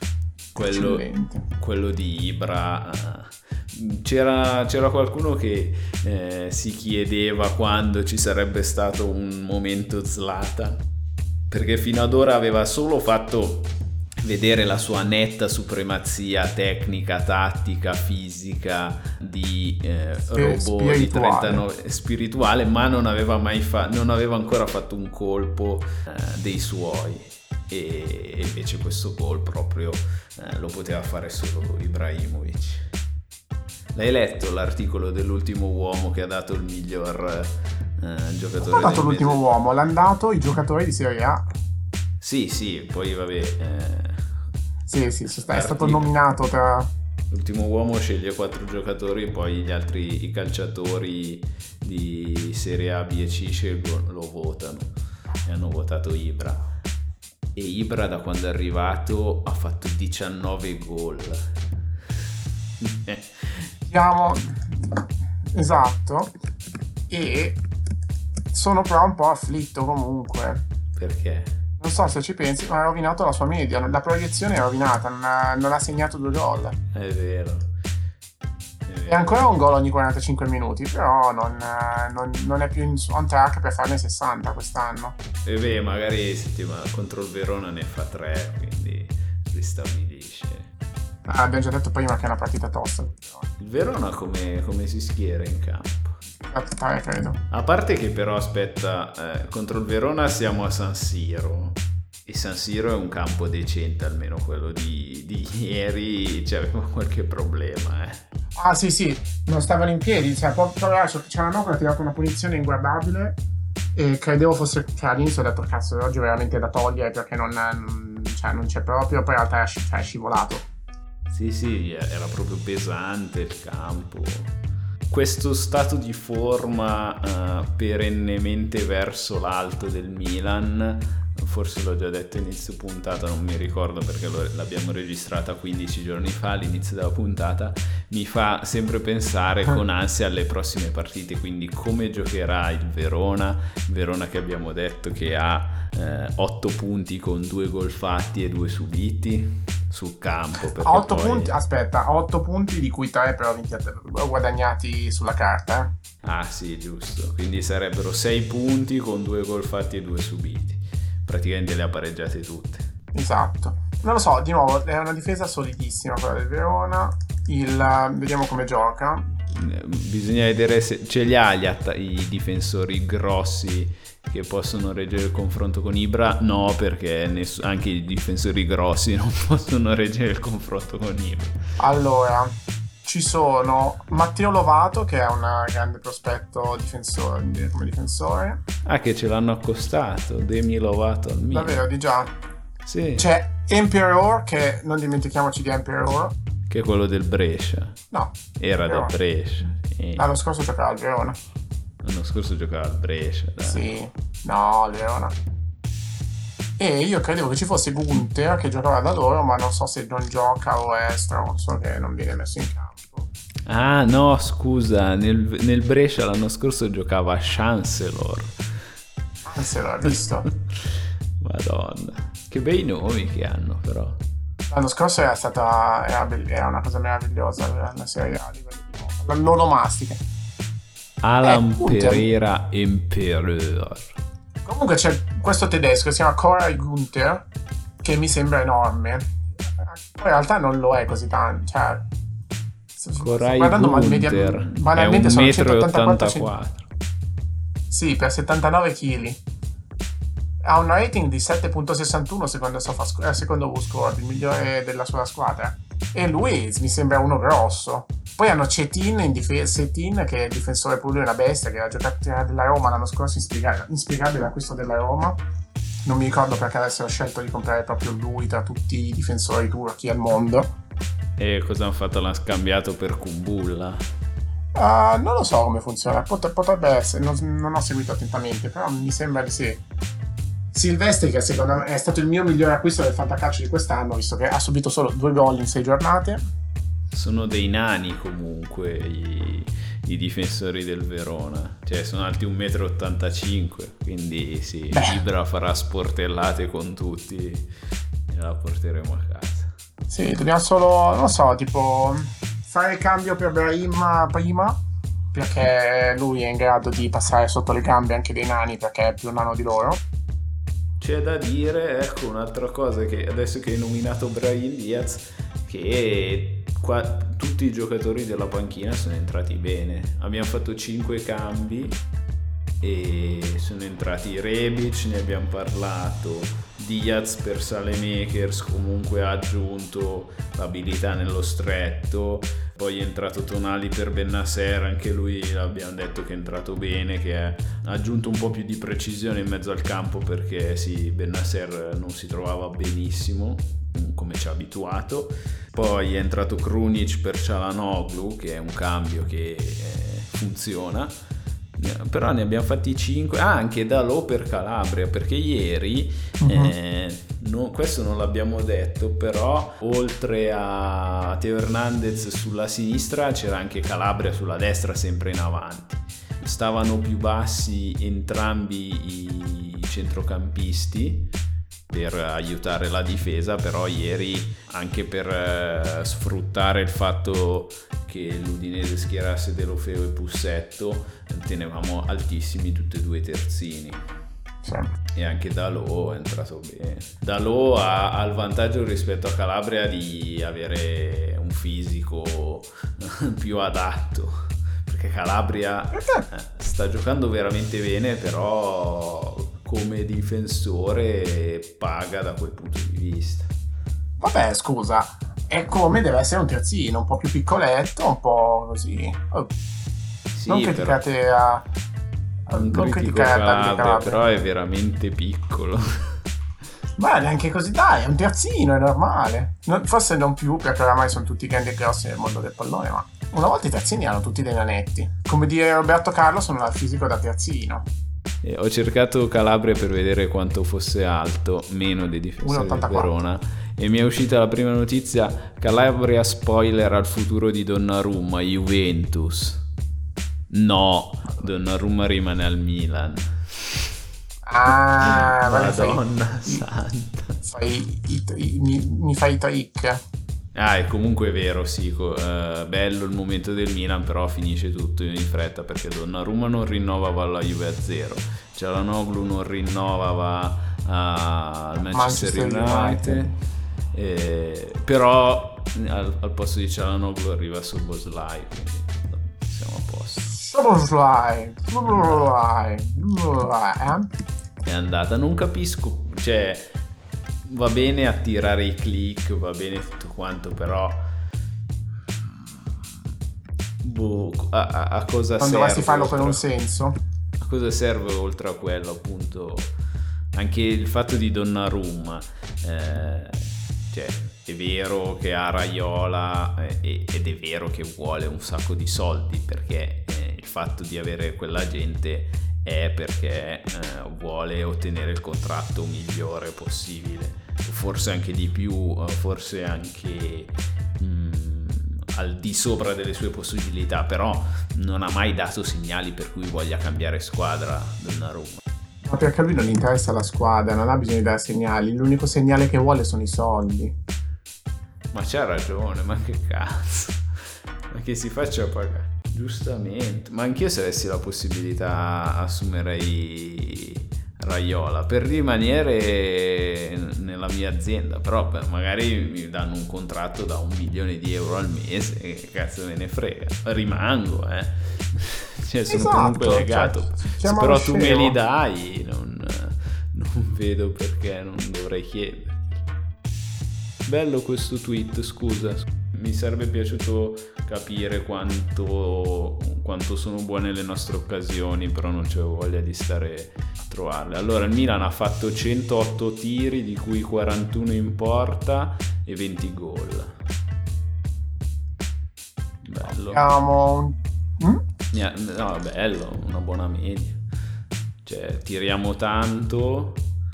Quello di Ibra, c'era qualcuno che si chiedeva quando ci sarebbe stato un momento Zlatan, perché fino ad ora aveva solo fatto vedere la sua netta supremazia tecnica, tattica, fisica di robot di 39 spirituale, ma non aveva ancora fatto un colpo dei suoi. E invece questo gol proprio lo poteva fare solo Ibrahimovic. L'hai letto l'articolo dell'ultimo uomo che ha dato il miglior giocatore? Ha dato l'ultimo uomo, l'hanno dato i giocatori di Serie A. Sì, poi vabbè. È stato nominato tra... L'ultimo uomo sceglie 4 giocatori, poi gli altri i calciatori di Serie A, B e C lo votano, e hanno votato Ibra. E Ibra da quando è arrivato ha fatto 19 gol. Esatto. E sono però un po' afflitto comunque. Perché? Non so se ci pensi, ma ha rovinato la sua media. La proiezione è rovinata, non ha segnato 2 gol. È vero. È ancora un gol ogni 45 minuti, però non è più on track per farne 60 quest'anno. E magari settimana contro il Verona ne fa 3, quindi ristabilisce. Abbiamo già detto prima che è una partita tosta. Il Verona come si schiera in campo? 3, credo. A parte che però aspetta, contro il Verona siamo a San Siro. E San Siro è un campo decente, almeno quello di ieri c'aveva qualche problema. Ah sì, non stavano in piedi, Cialanoglu ha tirato una punizione inguardabile e credevo fosse, all'inizio ho detto cazzo, oggi è veramente da togliere perché non c'è proprio, poi in realtà è scivolato. Sì, era proprio pesante il campo. Questo stato di forma perennemente verso l'alto del Milan, forse l'ho già detto inizio puntata, non mi ricordo perché l'abbiamo registrata 15 giorni fa all'inizio della puntata, mi fa sempre pensare con ansia alle prossime partite, quindi come giocherà il Verona che abbiamo detto che ha 8 punti con 2 gol fatti e 2 subiti sul campo. 8 punti di cui 3 però guadagnati sulla carta. Ah sì, giusto, quindi sarebbero 6 punti con 2 gol fatti e 2 subiti. Praticamente le ha pareggiate tutte. Esatto. Non lo so, di nuovo è una difesa solidissima quella del Verona. Vediamo come gioca. Bisogna vedere se ce li ha i difensori grossi che possono reggere il confronto con Ibra. No, perché anche i difensori grossi non possono reggere il confronto con Ibra. Allora, ci sono Matteo Lovato, che è un grande prospetto come difensore. Ah, che ce l'hanno accostato, Demi Lovato al Milan. Davvero, di già? Sì. C'è Emperor, che non dimentichiamoci di Emperor. Che è quello del Brescia. No. Era del Brescia. L'anno scorso giocava al Verona. L'anno scorso giocava al Brescia, dai. Sì. No, al Verona. E io credevo che ci fosse Gunther che giocava da loro, ma non so se non gioca o è non so che non viene messo in campo. Ah no, scusa, nel Brescia l'anno scorso giocava Chancellor. Chancellor, visto? Madonna, che bei nomi che hanno però. L'anno scorso era una cosa meravigliosa la Serie A a livello di l'onomastica. Alan Pereira Emperor. Comunque c'è questo tedesco che si chiama Koray Günther, che mi sembra enorme. Poi in realtà non lo è così tanto, cioè Koray Günther banalmente è sono 1,84 m. Sì, per 79 kg. Ha un rating di 7.61 secondo WhoScored, il migliore della sua squadra. E lui mi sembra uno grosso. Poi hanno Cetin in difesa, Cetin che è il difensore pure una bestia, che ha giocato della Roma l'anno scorso, inspiegabile l'acquisto della Roma. Non mi ricordo perché avessero scelto di comprare proprio lui tra tutti i difensori turchi al mondo. E cosa hanno fatto? L'hanno scambiato per Kumbulla? Non lo so come funziona, potrebbe essere, non ho seguito attentamente, però mi sembra di sì. Silvestri, che secondo me è stato il mio migliore acquisto del fantacalcio di quest'anno, visto che ha subito solo 2 gol in 6 giornate. Sono dei nani comunque i difensori del Verona, cioè sono alti 1,85 m, quindi sì, Ibra farà sportellate con tutti e la porteremo a casa. Sì, dobbiamo solo, non lo so, tipo fare il cambio per Brahim prima, perché lui è in grado di passare sotto le gambe anche dei nani, perché è più nano di loro. C'è da dire, ecco, un'altra cosa, che adesso che hai nominato Brahim Diaz, che qua tutti i giocatori della panchina sono entrati bene. Abbiamo fatto 5 cambi e sono entrati Rebic, ne abbiamo parlato, Diaz per Saelemaekers comunque ha aggiunto l'abilità nello stretto, poi è entrato Tonali per Bennacer, anche lui l'abbiamo detto che è entrato bene, che ha aggiunto un po' più di precisione in mezzo al campo, perché sì, Bennacer non si trovava benissimo come ci ha abituato. Poi è entrato Krunic per Çalhanoğlu, che è un cambio che funziona, però ne abbiamo fatti 5. Anche Dalot per Calabria, perché ieri questo non l'abbiamo detto, però oltre a Teo Hernandez sulla sinistra c'era anche Calabria sulla destra, sempre in avanti. Stavano più bassi entrambi i centrocampisti per aiutare la difesa, però ieri, anche per sfruttare il fatto che l'Udinese schierasse Deulofeu e Pussetto, tenevamo altissimi tutti e due i terzini. Sì. E anche Dalot è entrato bene. Dalot ha il vantaggio rispetto a Calabria di avere un fisico più adatto, perché Calabria sta giocando veramente bene, però come difensore paga da quel punto di vista. Vabbè, scusa, è come deve essere un terzino, un po' più piccoletto, un po' così. Sì, non criticate però, non criticare Calabria, però è veramente piccolo. Ma neanche così, dai, è un terzino, è normale. Forse non più, perché oramai sono tutti grandi e grossi nel mondo del pallone, ma una volta i terzini erano tutti dei nanetti. Come dire Roberto Carlos, non ha il fisico da terzino. Ho cercato Calabria per vedere quanto fosse alto, meno dei difensori del Verona, e mi è uscita la prima notizia: Calabria spoiler al futuro di Donnarumma, Juventus. No, Donnarumma rimane al Milan. Ah, Madonna santa. Mi fai i trick. È comunque vero, sì, bello il momento del Milan, però finisce tutto in fretta, perché Donnarumma non rinnovava alla Juve a 0, Çalhanoğlu non rinnovava al Manchester United. Però al posto di Çalhanoğlu arriva Szoboszlai, quindi siamo a posto. Szoboszlai. È andata, non capisco, cioè va bene attirare i click, va bene tutto quanto, però a cosa non serve? dovresti farlo per un senso. A cosa serve oltre a quello, appunto, anche il fatto di Donnarumma, cioè è vero che ha Raiola ed è vero che vuole un sacco di soldi, perché il fatto di avere quella gente è perché vuole ottenere il contratto migliore possibile, forse anche di più, forse anche al di sopra delle sue possibilità, però non ha mai dato segnali per cui voglia cambiare squadra Donnarumma. Ma perché a lui non gli interessa la squadra, non ha bisogno di dare segnali, l'unico segnale che vuole sono i soldi. Ma c'ha ragione, ma che cazzo, ma che si faccia pagare, giustamente. Ma anch'io, se avessi la possibilità, assumerei Raiola per rimanere nella mia azienda, però magari mi danno un contratto da 1 milione di euro al mese, che cazzo me ne frega, rimango, cioè sono comunque legato, se però tu me li dai, non vedo perché non dovrei chiedere. Bello questo tweet, scusa, mi sarebbe piaciuto capire quanto sono buone le nostre occasioni, però non c'avevo voglia di stare a trovarle. Allora, il Milan ha fatto 108 tiri, di cui 41 in porta e 20 gol. Bello. No, bello, una buona media. Cioè, tiriamo tanto,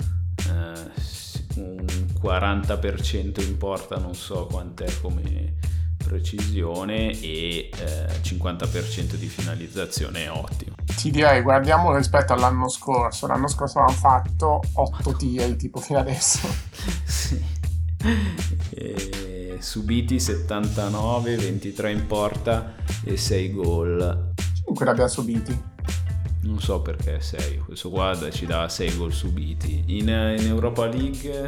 un 40% in porta, non so quant'è come precisione, e 50% di finalizzazione, è ottimo. Ti direi, guardiamo rispetto all'anno scorso avevamo fatto 8 tiri tipo fino adesso. Sì. Subiti 79, 23 in porta e 6 gol. 5 li abbiamo subiti. Non so perché 6, questo qua ci dà 6 gol subiti. In Europa League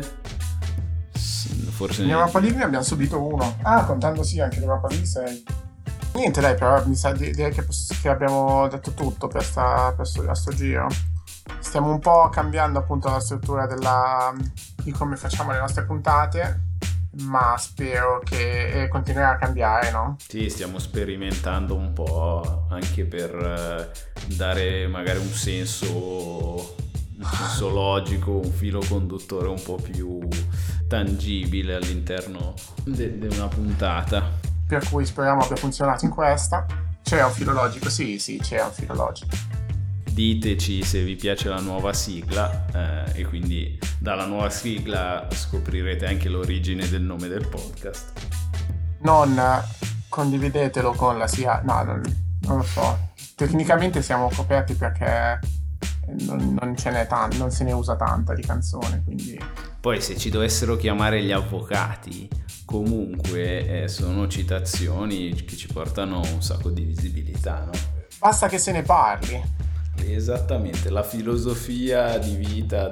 forse in Europa League ne abbiamo subito 1. Contando sì anche l'Europa League 6. Niente, dai, però mi sa direi che abbiamo detto tutto per sto giro. Stiamo un po' cambiando appunto la struttura di come facciamo le nostre puntate, ma spero che continuerà a cambiare, no? Sì, stiamo sperimentando un po', anche per dare magari un senso logico, un filo conduttore un po' più tangibile all'interno di una puntata. Per cui speriamo abbia funzionato in questa. C'è un filo logico? Sì, c'è un filo logico. Diteci se vi piace la nuova sigla, e quindi dalla nuova sigla scoprirete anche l'origine del nome del podcast. Non condividetelo con la SIA, no, non lo so. Tecnicamente siamo coperti perché non ce n'è tanto, non se ne usa tanta di canzone, quindi. Poi se ci dovessero chiamare gli avvocati, comunque sono citazioni che ci portano un sacco di visibilità, no? Basta che se ne parli. Esattamente, la filosofia di vita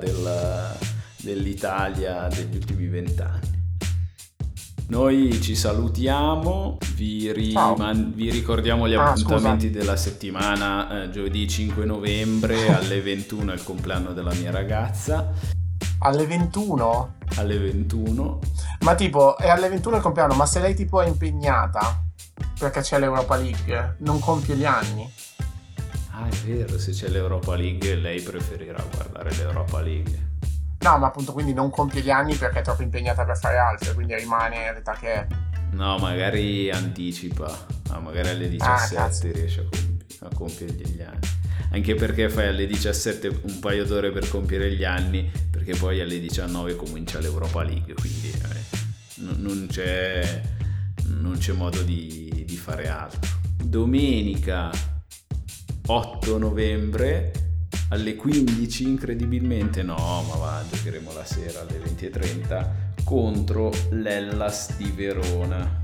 dell'Italia degli ultimi 20 anni. Noi ci salutiamo, vi ricordiamo gli appuntamenti della settimana. Giovedì 5 novembre alle 21 è il compleanno della mia ragazza. Alle 21? Alle 21. Ma tipo, è alle 21 il compleanno, ma se lei tipo è impegnata perché c'è l'Europa League, non compie gli anni? Ah, è vero, se c'è l'Europa League lei preferirà guardare l'Europa League. No, ma appunto, quindi non compie gli anni perché è troppo impegnata per fare altro, quindi rimane all'età che è. No, magari anticipa, magari alle 17 riesce a compiere gli anni. Anche perché fai alle 17 un paio d'ore per compiere gli anni, perché poi alle 19 comincia l'Europa League, quindi non c'è modo di fare altro. Domenica 8 novembre alle 15, incredibilmente giocheremo la sera alle 20:30 contro l'Hellas di Verona.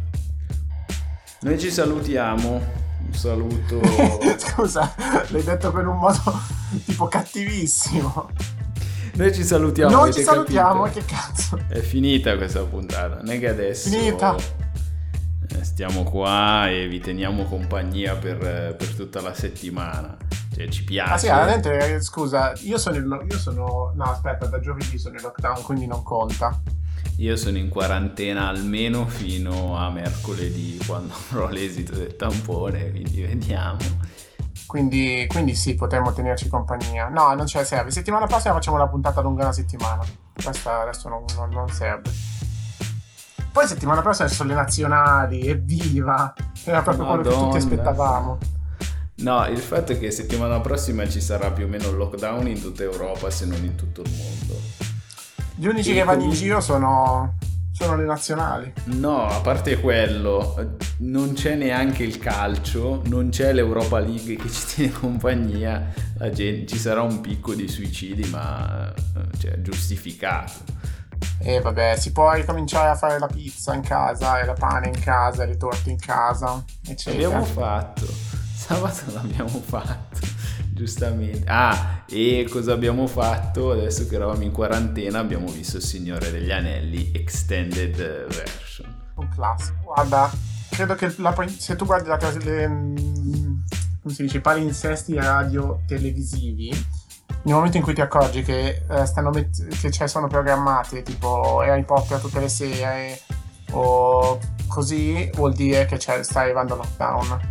Noi ci salutiamo, un saluto. Scusa, l'hai detto con un modo tipo cattivissimo. Noi ci salutiamo. Noi ci salutiamo, capito? Che cazzo, è finita questa puntata, non è che adesso finita. Stiamo qua e vi teniamo compagnia per tutta la settimana. Cioè, ci piace. Sì, veramente, scusa, io sono no, aspetta, da giovedì sono in lockdown, quindi non conta. Io sono in quarantena almeno fino a mercoledì, quando avrò l'esito del tampone, quindi vediamo. Quindi sì, potremmo tenerci compagnia. No, non ce la serve. Settimana prossima facciamo una puntata lunga una settimana. Questa adesso non serve. Poi settimana prossima sono le nazionali, evviva! Era proprio quello che tutti aspettavamo. No, il fatto è che settimana prossima ci sarà più o meno il lockdown in tutta Europa, se non in tutto il mondo. Gli unici che vanno in giro sono Sono le nazionali. No, a parte quello, non c'è neanche il calcio, non c'è l'Europa League che ci tiene compagnia, ci sarà un picco di suicidi, ma cioè, giustificato. E vabbè, si può ricominciare a fare la pizza in casa, e la pane in casa, e le torte in casa, eccetera. L'abbiamo fatto, sabato l'abbiamo fatto, giustamente. E cosa abbiamo fatto? Adesso che eravamo in quarantena abbiamo visto Il Signore degli Anelli Extended Version. Un classico. Guarda, credo che se tu guardi come si dice, i palinsesti radio televisivi, nel momento in cui ti accorgi che sono programmate tipo Harry Potter tutte le sere o così, vuol dire che sta arrivando il lockdown.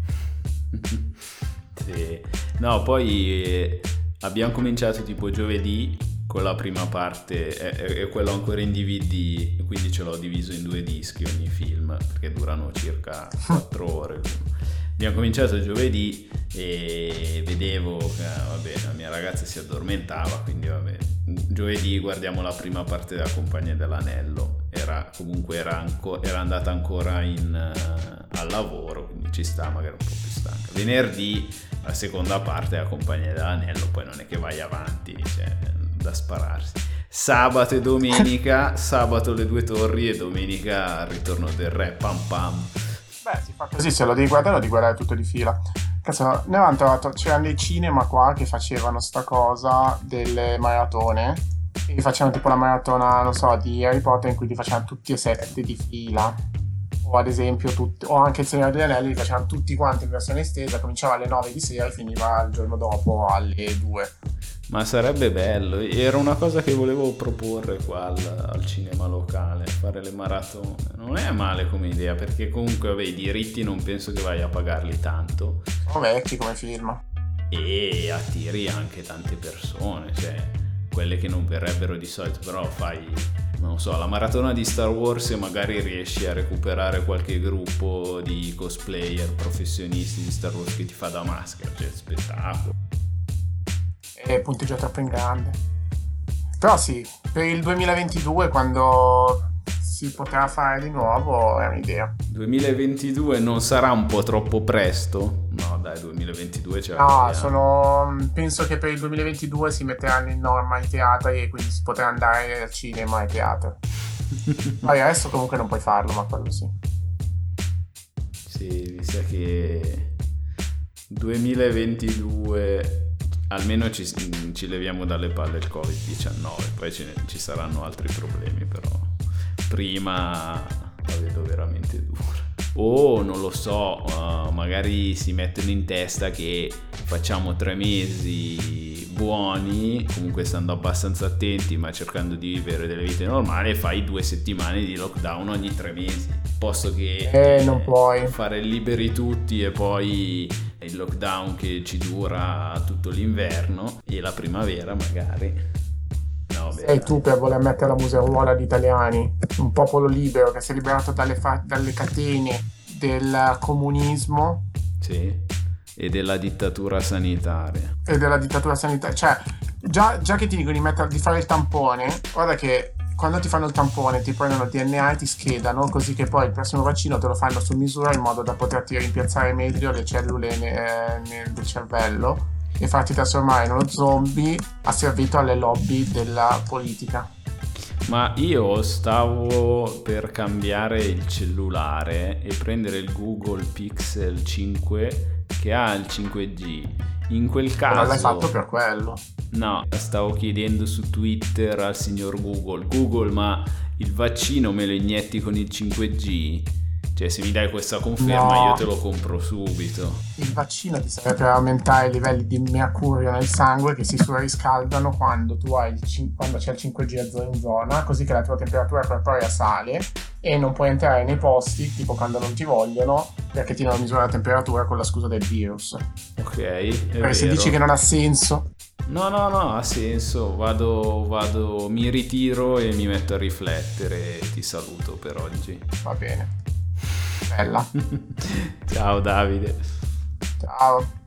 Sì. No, poi abbiamo cominciato tipo giovedì con la prima parte, e quello ancora in DVD, quindi ce l'ho diviso in 2 dischi ogni film, perché durano circa 4 ore. Abbiamo cominciato giovedì e vedevo che la mia ragazza si addormentava, quindi giovedì guardiamo la prima parte della Compagnia dell'Anello. Era andata ancora al lavoro, quindi ci sta, magari un po' più stanca. Venerdì la seconda parte della Compagnia dell'Anello, poi non è che vai avanti, cioè, da spararsi. Sabato e domenica, sabato Le Due Torri e domenica il Ritorno del Re, pam pam. Beh, si fa così, se lo devi guardare tutto di fila. Cazzo, ne avevamo trovato, c'erano dei cinema qua che facevano sta cosa delle maratone, e facevano tipo la maratona, non so, di Harry Potter, in cui ti facevano tutti e 7 di fila, o ad esempio o anche Il Signore degli Anelli li facevano tutti quanti in versione estesa, cominciava alle 9 di sera e finiva il giorno dopo alle 2. Ma sarebbe bello, era una cosa che volevo proporre qua al cinema locale, fare le maratone. Non è male come idea, perché comunque i diritti non penso che vai a pagarli tanto. Sono vecchi come film. E attiri anche tante persone, cioè quelle che non verrebbero di solito, però fai, non so, la maratona di Star Wars e magari riesci a recuperare qualche gruppo di cosplayer professionisti di Star Wars che ti fa da maschera, cioè spettacolo. E punteggia troppo in grande. Però sì, per il 2022, quando si potrà fare di nuovo, è un'idea. 2022 non sarà un po' troppo presto? No dai, 2022 ce la penso che per il 2022 si metteranno in norma i teatri e quindi si potrà andare al cinema e al teatro. Ma adesso comunque non puoi farlo, ma quello sì. Sì, mi sa che 2022 almeno ci leviamo dalle palle il Covid-19, poi ci saranno altri problemi, però prima la vedo veramente dura. O non lo so, magari si mettono in testa che facciamo 3 mesi buoni, comunque stando abbastanza attenti ma cercando di vivere delle vite normali, e fai 2 settimane di lockdown ogni 3 mesi, posto che non puoi fare liberi tutti e poi il lockdown che ci dura tutto l'inverno e la primavera magari. No, sei tu per voler mettere la museruola agli italiani, un popolo libero che si è liberato dalle catene del comunismo, sì, e della dittatura sanitaria. Cioè già che ti dicono di fare il tampone, guarda che quando ti fanno il tampone ti prendono il DNA e ti schedano, così che poi il prossimo vaccino te lo fanno su misura, in modo da poterti rimpiazzare meglio le cellule del cervello e farti trasformare in uno zombie asservito alle lobby della politica. Ma io stavo per cambiare il cellulare e prendere il Google Pixel 5 che ha il 5G. In quel caso non l'hai fatto per quello? No, stavo chiedendo su Twitter al signor Google, ma il vaccino me lo inietti con il 5G? Cioè, se mi dai questa conferma, no, io te lo compro subito. Il vaccino ti serve per aumentare i livelli di mercurio nel sangue che si surriscaldano quando c'è il 5G in zona, così che la tua temperatura corporea sale e non puoi entrare nei posti, tipo quando non ti vogliono, perché ti devono misurare la temperatura con la scusa del virus. Ok, perché se dici che non ha senso... No, ha senso. Vado, mi ritiro e mi metto a riflettere e ti saluto per oggi. Va bene. Bella. Ciao Davide. Ciao.